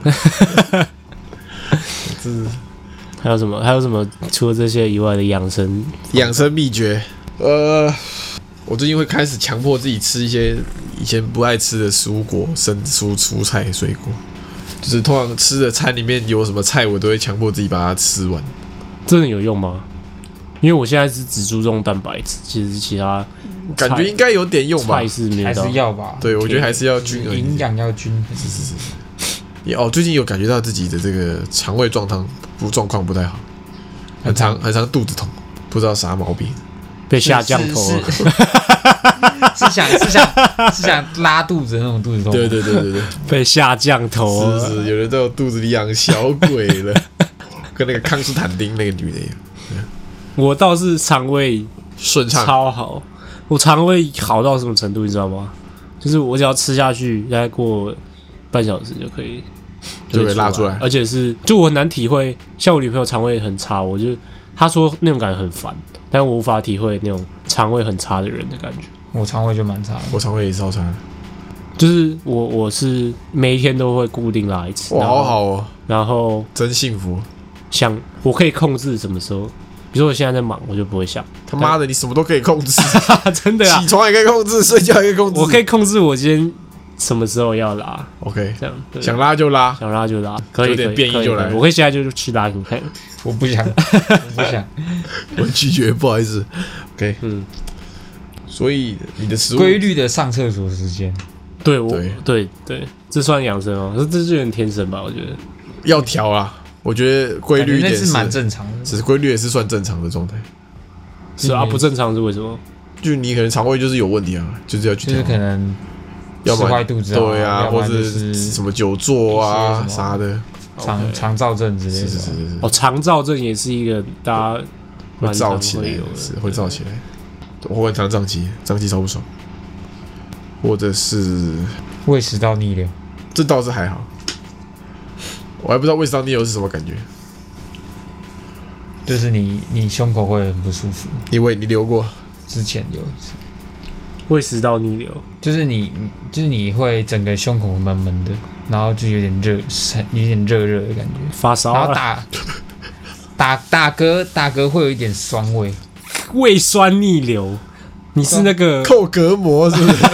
这还有什么？还有什么？除了这些以外的养生养生秘诀，呃，我最近会开始强迫自己吃一些以前不爱吃的蔬果、生蔬、蔬菜、水果。就是通常吃的餐里面有什么菜，我都会强迫自己把它吃完。 真的有用吗？因为我现在是只注重蛋白质，其实其他感觉应该有点用吧菜？是没有还到是要吧？ 对，我觉得还是要均衡一点。 营养要均衡。 是是是。也哦，最近有感觉到自己的这个肠胃状况不状况不太好，很常很常肚子痛，不知道啥毛病。 被下降头了。 是, 是, 是想是想是想拉肚子的那种肚子痛。 对对对对对， 被下降头了。 是是，有人在我肚子里养小鬼了，跟那个康斯坦丁那个女的一样。 我倒是肠胃顺畅， 超好。我肠胃好到什么程度，你知道吗？就是我只要吃下去，大概过半小时就可以就可以拉出来， 而且是就我很难体会，像我女朋友肠胃很差，我就她说那种感觉很烦，但我无法体会那种肠胃很差的人的感觉。 我肠胃就蛮差的， 我肠胃也超差， 就是我我是每一天都会固定拉一次， 哇，好好哦， 然后真幸福。 想我可以控制什么时候，比如说我现在在忙，我就不会想。 他妈的，你什么都可以控制， 真的啊！ 起床也可以控制，睡觉也可以控制， 我可以控制我今天什么时候要拉。 OK， 这样想拉就拉， 想拉就拉，可以有点变异就来。 我可以现在就去拉给你看。 我不想，我不想， 我拒绝，不好意思。OK， 嗯， 所以你的食物规律的上厕所时间， 对我对对对，这算养生哦，这这是有点天生吧？我觉得要调啊。我觉得规律一点那是蛮正常的， 只是规律也是算正常的状态。 是啊，不正常是为什么？ 就你可能肠胃就是有问题啊，就是要去调， 就是可能要吃坏肚子啊， 对啊，或者是什么久坐啊啥的， 肠肠燥症之类的。 是是是是。 哦，肠燥症也是一个大家会燥起来， 有的是会燥起来。我很常胀气，胀气超不爽。或者是胃食道逆流， 这倒是还好。我还不知道胃食道逆流是什么感觉。 就是你你胸口会很不舒服。 因为你流过， 之前有一次， 胃食道逆流， 就是你就是你会整个胸口闷闷的，然后就有点热，有点热热的感觉， 发烧， 然后打打打嗝打嗝会有一点酸味， 胃酸逆流。你是那个扣隔膜是不是？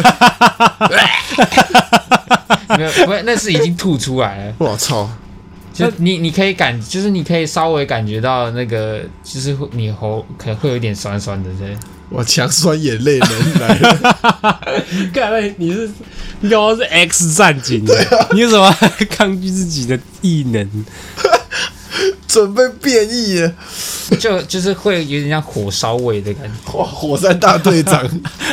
没有，不是，那是已经吐出来了。 我操！ 就你你可以感，就是你可以稍微感觉到那个，就是你喉可能会有一点酸酸的，对。 我强酸眼泪人来了。 看来你是你刚刚是 X 战警，啊、你有什么抗拒自己的异能？ 准备变异了， 就就是会有点像火烧胃的感觉。 哇，火山大队长，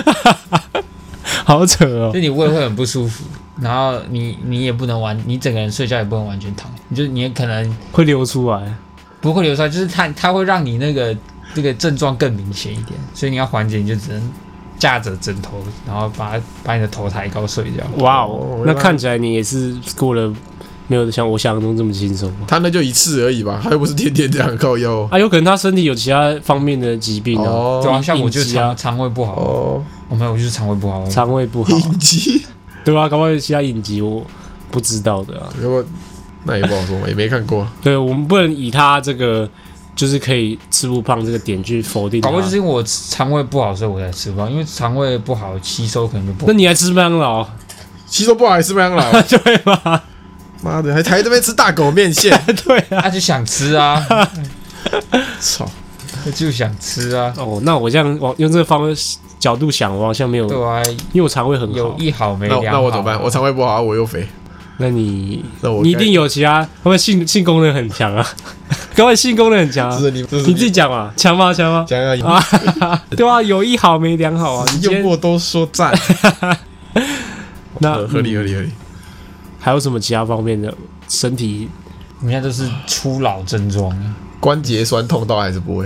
好扯哦！ 就你胃会很不舒服，然后你你也不能完，你整个人睡觉也不能完全躺，你就你也可能会流出来， 不会流出来，就是它它会让你那个这个症状更明显一点，所以你要缓解，你就只能架着枕头，然后把把你的头抬高睡觉。 哇哦，那看起来你也是过了。没有像我想象中这么轻松。 他那就一次而已吧，他又不是天天这样靠腰啊。有可能他身体有其他方面的疾病啊， 哦、 对啊，像我就肠肠胃不好， 哦， 我没有，我就是肠胃不好， 肠胃不好， 隐疾， 对吧、啊？搞不好有其他隐疾我不知道的啊。 要不那也不好说，也没看过。 对，我们不能以他这个就是可以吃不胖这个点去否定他。 搞不好就是因为我肠胃不好，所以我才吃不胖，因为肠胃不好，吸收可能就不好。 那你还吃麦当劳？ 吸收不好还吃麦当劳？ 对吧？ 妈的，还还这边吃大狗面线， 对啊， 他就想吃啊， 操， 他就想吃啊。 哦，那我这样往用这个方面角度想，我好像没有， 对啊， 因为我肠胃很好， 有一好没两好。 那我怎么办？我肠胃不好，我又肥。 那你， 那我你一定有其他，他们性性功能很强啊，各位性功能很强啊， 是你你自己讲嘛，强吗？强吗？ 讲啊， 啊，对啊，有一好没两好啊， 你用过都说赞， 那合理合理合理。 还有什么其他方面的身体？ 我们现在都是初老症状， 关节酸痛到还是不会？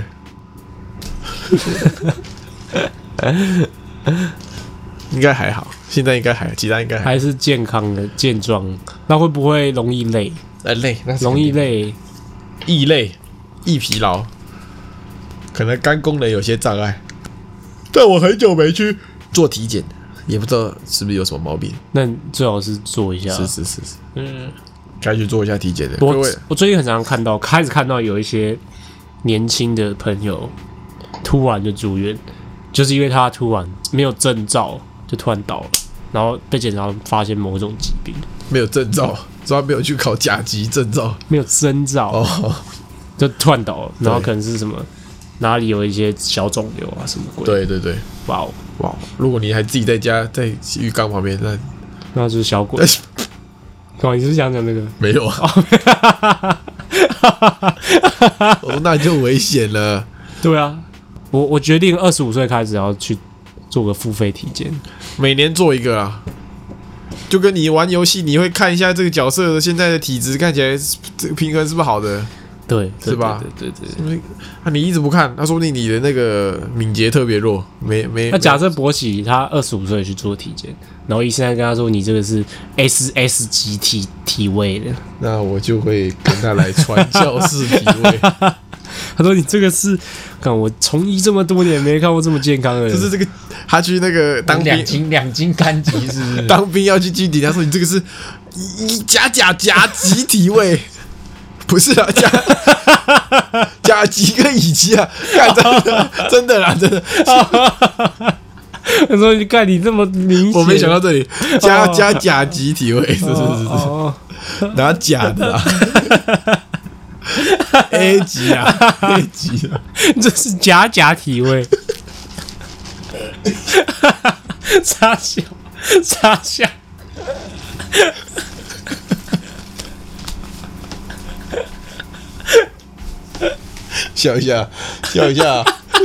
应该还好，现在应该还，其他应该 还, 还是健康的健壮。那会不会容易累？ 呃累，那容易累， 易累，易疲劳。 可能肝功能有些障碍。但我很久没去做体检，也不知道是不是有什么毛病。 那你最好是做一下。 是是是是， 嗯， 该去做一下体检的。 我各位， 我最近很常看到，开始看到有一些年轻的朋友突然就住院，就是因为他突然没有征兆就突然倒了，然后被检查发现某种疾病， 没有证照，所以他没有去考甲级证照。 没有征兆， 哦， 就突然倒了，然后可能是什么哪里有一些小肿瘤啊什么鬼。 对对对， 哇哦， 哇！如果你还自己在家在浴缸旁边，那那就是小鬼。干嘛？你是不是想讲那个？ 没有啊。哦，那就危险了。 对啊，我我决定二十五岁开始要去做个付费体检， 每年做一个啊，就跟你玩游戏，你会看一下这个角色的现在的体质看起来这个平衡是不是好的， 对， 是吧？ 对对对对。 那、啊、你一直不看，那、啊、说不定你的那个敏捷特别弱，没没。 那假设博喜他二十五岁去做体检，然后医生跟他说你这个是 S S 级体体位的， 那我就会跟他来传教士体位。 他说：“你这个是，看我从医这么多年没看过这么健康的人。” 就是这个，他去那个当兵， 两斤两斤肝级是不是？ 当兵要去军体，他说你这个是一甲甲甲级体位，不是啊，甲甲级跟乙级啊，看真的真的啦，真的。 他说：“你看你这么明显， 我没想到这里，加加甲级体位，是是是是，拿假的啦。A 级啊 ，A 级啊， 这是假假体位，傻笑傻笑， 笑一下，笑一下，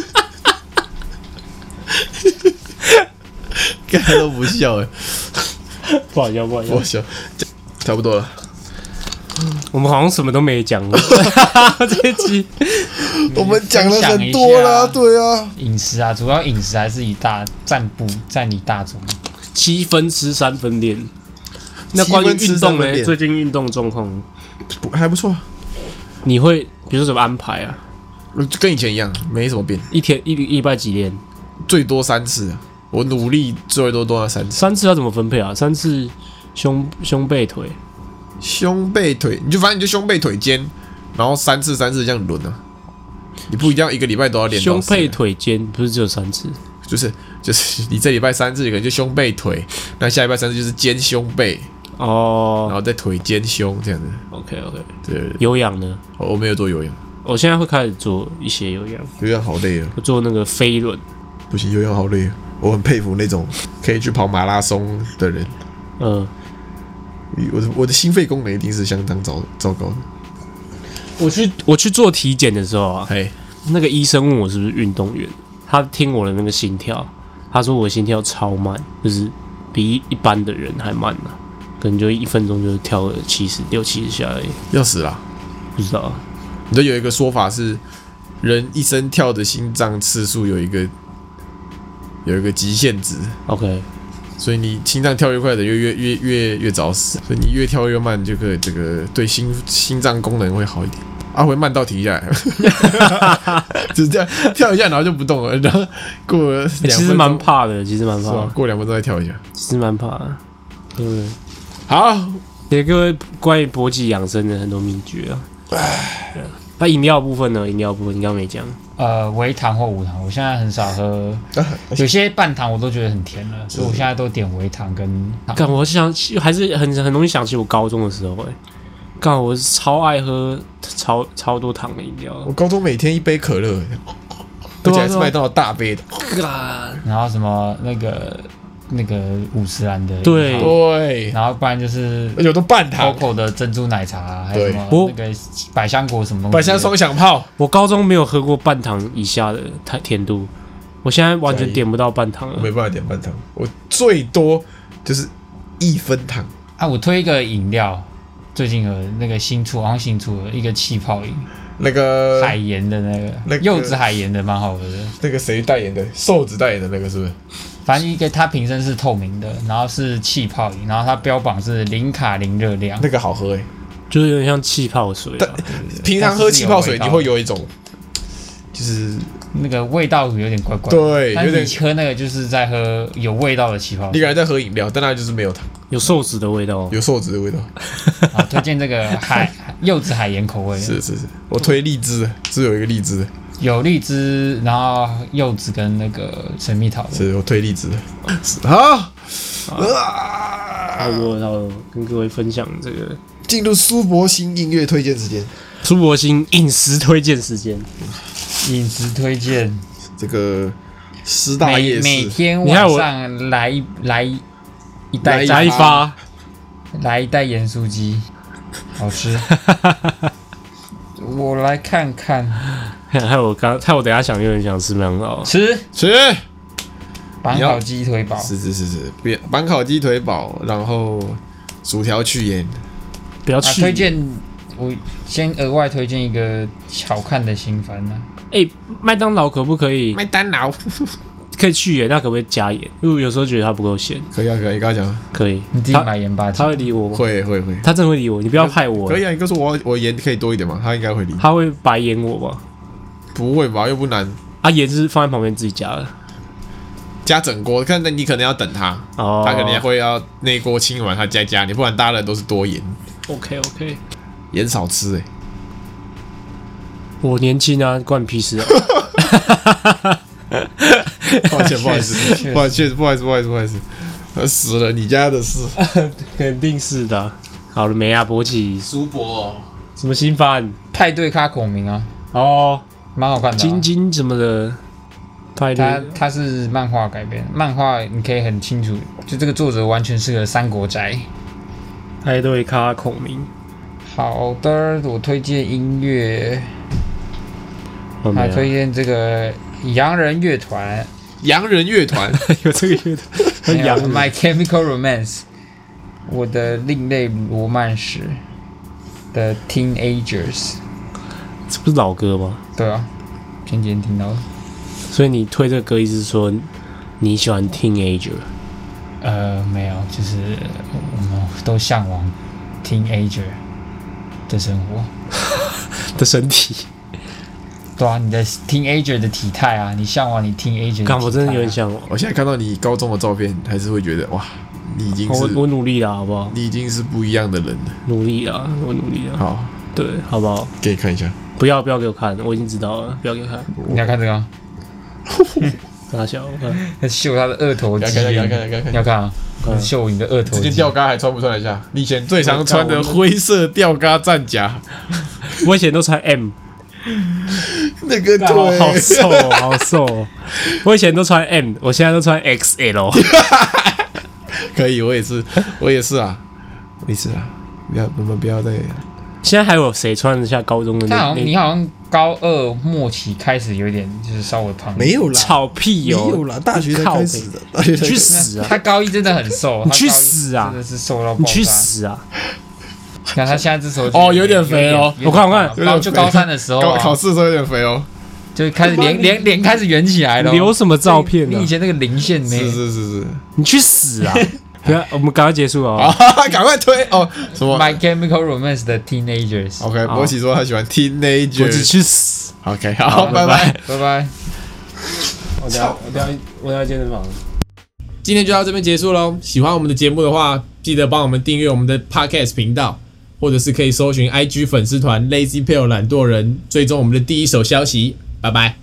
干都不笑哎， 不好笑不好笑， 不好笑，差不多了。 我们好像什么都没讲过，这一集我们讲了很多啦，对啊， 饮食啊，主要饮食还是以大占不占你大宗， 七分吃三分练。那关于运动呢？最近运动状况还不错。 你会比如说怎么安排啊？ 跟以前一样，没什么变。 一天一礼拜几练？ 最多三次。我努力最多多到三次。 三次要怎么分配啊？三次胸胸背腿。 胸背腿，你就反正你就胸背腿肩，然后三次三次这样轮啊。你不一定要一个礼拜都要练到。 胸背腿肩不是只有三次， 就是就是你这礼拜三次可能就胸背腿，那下礼拜三次就是肩胸背哦， 然后再腿肩胸这样子。 OK OK， 对, 对, 对。 有氧呢？ 我没有做有氧， 我现在会开始做一些有氧。 有氧好累啊！ 我做那个飞轮， 不行，有氧好累啊！我很佩服那种可以去跑马拉松的人。 嗯。 我的我的心肺功能一定是相当糟糟糕的。 我去我去做体检的时候啊， 嘿， 那个医生问我是不是运动员，他听我的那个心跳，他说我心跳超慢，就是比一般的人还慢啊，可能就一分钟就跳个七十六七十下而已。 要死啦！ 不知道啊。 你知道有一个说法是，人一生跳的心脏次数有一个有一个极限值。 OK。 所以你心脏跳越快的越越越越越早死，所以你越跳越慢，就可以这个对心心脏功能会好一点。啊，会慢到停下来，只是这样跳一下，然后就不动了，然后过了两分钟， 其实蛮怕的，其实蛮怕的， 过两分钟再跳一下， 其实蛮怕的。对， 好， 给各位关于搏击养生的很多秘诀啊。那饮料部分呢？饮料部分你刚刚没讲。 呃，微糖或无糖，我现在很少喝，有些半糖我都觉得很甜了，所以我现在都点微糖跟糖。 干，我想还是很很容易想起我高中的时候、欸，哎，干，我超爱喝超超多糖的饮料。 我高中每天一杯可乐，而且还是麦当劳大杯的。 然后什么那个那个五十兰的， 对对， 然后不然就是而且我都半糖 ，Coco 的珍珠奶茶，还有什么那个百香果什么东西， 百香双响炮。 我高中没有喝过半糖以下的甜度，我现在完全点不到半糖了。 我没办法点半糖，我最多就是一分糖。 啊，我推一个饮料，最近有那个新出，好像新出的一个气泡饮， 那个海盐的那个， 那个柚子海盐的蛮好喝的。 那个谁代言的？瘦子代言的那个是不是？ 反正一个它瓶身是透明的，然后是气泡饮，然后它标榜是零卡零热量， 那个好喝哎、欸， 就是有点像气泡水、啊。 但平常喝气泡水，你会有一种就是那个味道有点怪怪的。 对， 但是有点你喝那个就是在喝有味道的气泡水。 你感觉在喝饮料，但它就是没有糖， 有瘦子的味道， 有瘦子的味道。 好，推荐这个海柚子海盐口味的。 是是是，我推荔枝的，是有一个荔枝的， 有荔枝，然后柚子跟那个神秘桃的。 是我推荔枝的。是好， 差不多要跟各位分享这个进入苏博新音乐推荐时间。 苏博新饮食推荐时间。 饮食推荐， 这个师大夜市， 每每天晚上来一来一一袋来一发， 来一袋盐酥鸡，好吃。我来看看， 害我刚害我等一下想有点想吃麦当劳， 吃吃板烤鸡腿堡， 是是是是，别板烤鸡腿堡，然后薯条去盐， 啊， 不要去。 推荐我先额外推荐一个好看的新番呢、啊。 哎，麦当劳可不可以麦当劳可以去盐？那可不可以加盐？因为我有时候觉得它不够咸。 可以啊可以，刚刚讲可以， 你自己买盐巴， 他会理我吗？ 会会会， 他真的会理我，你不要害我。 可以啊，你告诉我我盐可以多一点嘛，他应该会理。 他会白盐我吗？ 不会吧，又不难， 啊，盐是放在旁边自己加的。 加整锅，看那你可能要等他， 哦， 他可能会要那一锅清完他再加你，不然大家人都是多盐， OK OK。 盐少吃哎、欸。 我年轻啊，关你屁事啊！ 抱歉，不好意思，不好意思，不好意思，不好意思，不好意思，呃死了，你家的事。 肯定是的啊。好了没啊，博奇？ 苏博什么新番？ 派对咖孔明啊， 哦， 蛮好看的、啊。 晶晶什么的，派它对。 它是漫画改编，漫画你可以很清楚，就这个作者完全是个三国宅。 派对咖孔明。 好的，我推荐音乐， 哦还推荐这个洋人乐团， 洋人乐团有这个乐团， 没有洋人 My Chemical Romance， 我的另类罗曼史的 Teenagers， 这不是老歌吗？ 对啊，前几天听到的。 所以你推这个歌，意思是说你喜欢 Teenager？ 呃，没有，就是我们都向往 Teenager 的生活。 的身体。 对啊，你的 Teenager 的体态啊，你向往你 Teenager 的体态、啊。 看，我真的有点向往。 我现在看到你高中的照片，还是会觉得哇，你已经是我我努力了，好不好？ 你已经是不一样的人了。 努力了，我努力了。 好， 对，好不好？ 给你看一下。 不要不要给我看，我已经知道了，不要给我看。 你要看这个吗？ 大小，我看。 他秀他的二头肌， 看看看看看看你要看啊？ 看秀你的二头这件肌。 吊嘎还穿不穿得下？你以前最常穿的灰色吊嘎战甲， 我以前都穿 M， 那个好腿好瘦哦，好瘦哦。我以前都穿 M， 我现在都穿 X L。 可以，我也是，我也是啊，我也是啊，不要，我们不要再。 现在还有谁穿得下高中的他好那像你好像高二末期开始有点就是稍微胖， 没有啦， 草屁哦？ 没有啦，大学才开始的，大学才你去开始死啊！ 他高一真的很瘦， 你去他高一死啊真的是瘦到爆炸你去！死啊！ 看他现在这时候哦有点肥哦我看我看高就高三的时候高啊， 考试的时候有点肥哦。 就开始脸脸脸开始圆起来了哦。 留什么照片呢你以？前那个零线没？ 是是是是， 你去死啊！不要，我们赶快结束啊哦。， 赶快推哦！什么 My Chemical Romance 的 Teenagers。 ？OK， 好博奇说他喜欢我只 Teenager。 去死！ OK，好，拜拜。 拜拜。 我等下我等下我等下健身房。 今天就到这边结束喽。喜欢我们的节目的话，记得帮我们订阅我们的 Podcast 频道，或者是可以搜寻 I G 粉丝团 Lazy Pale 懒惰人，追踪我们的第一手消息。拜拜。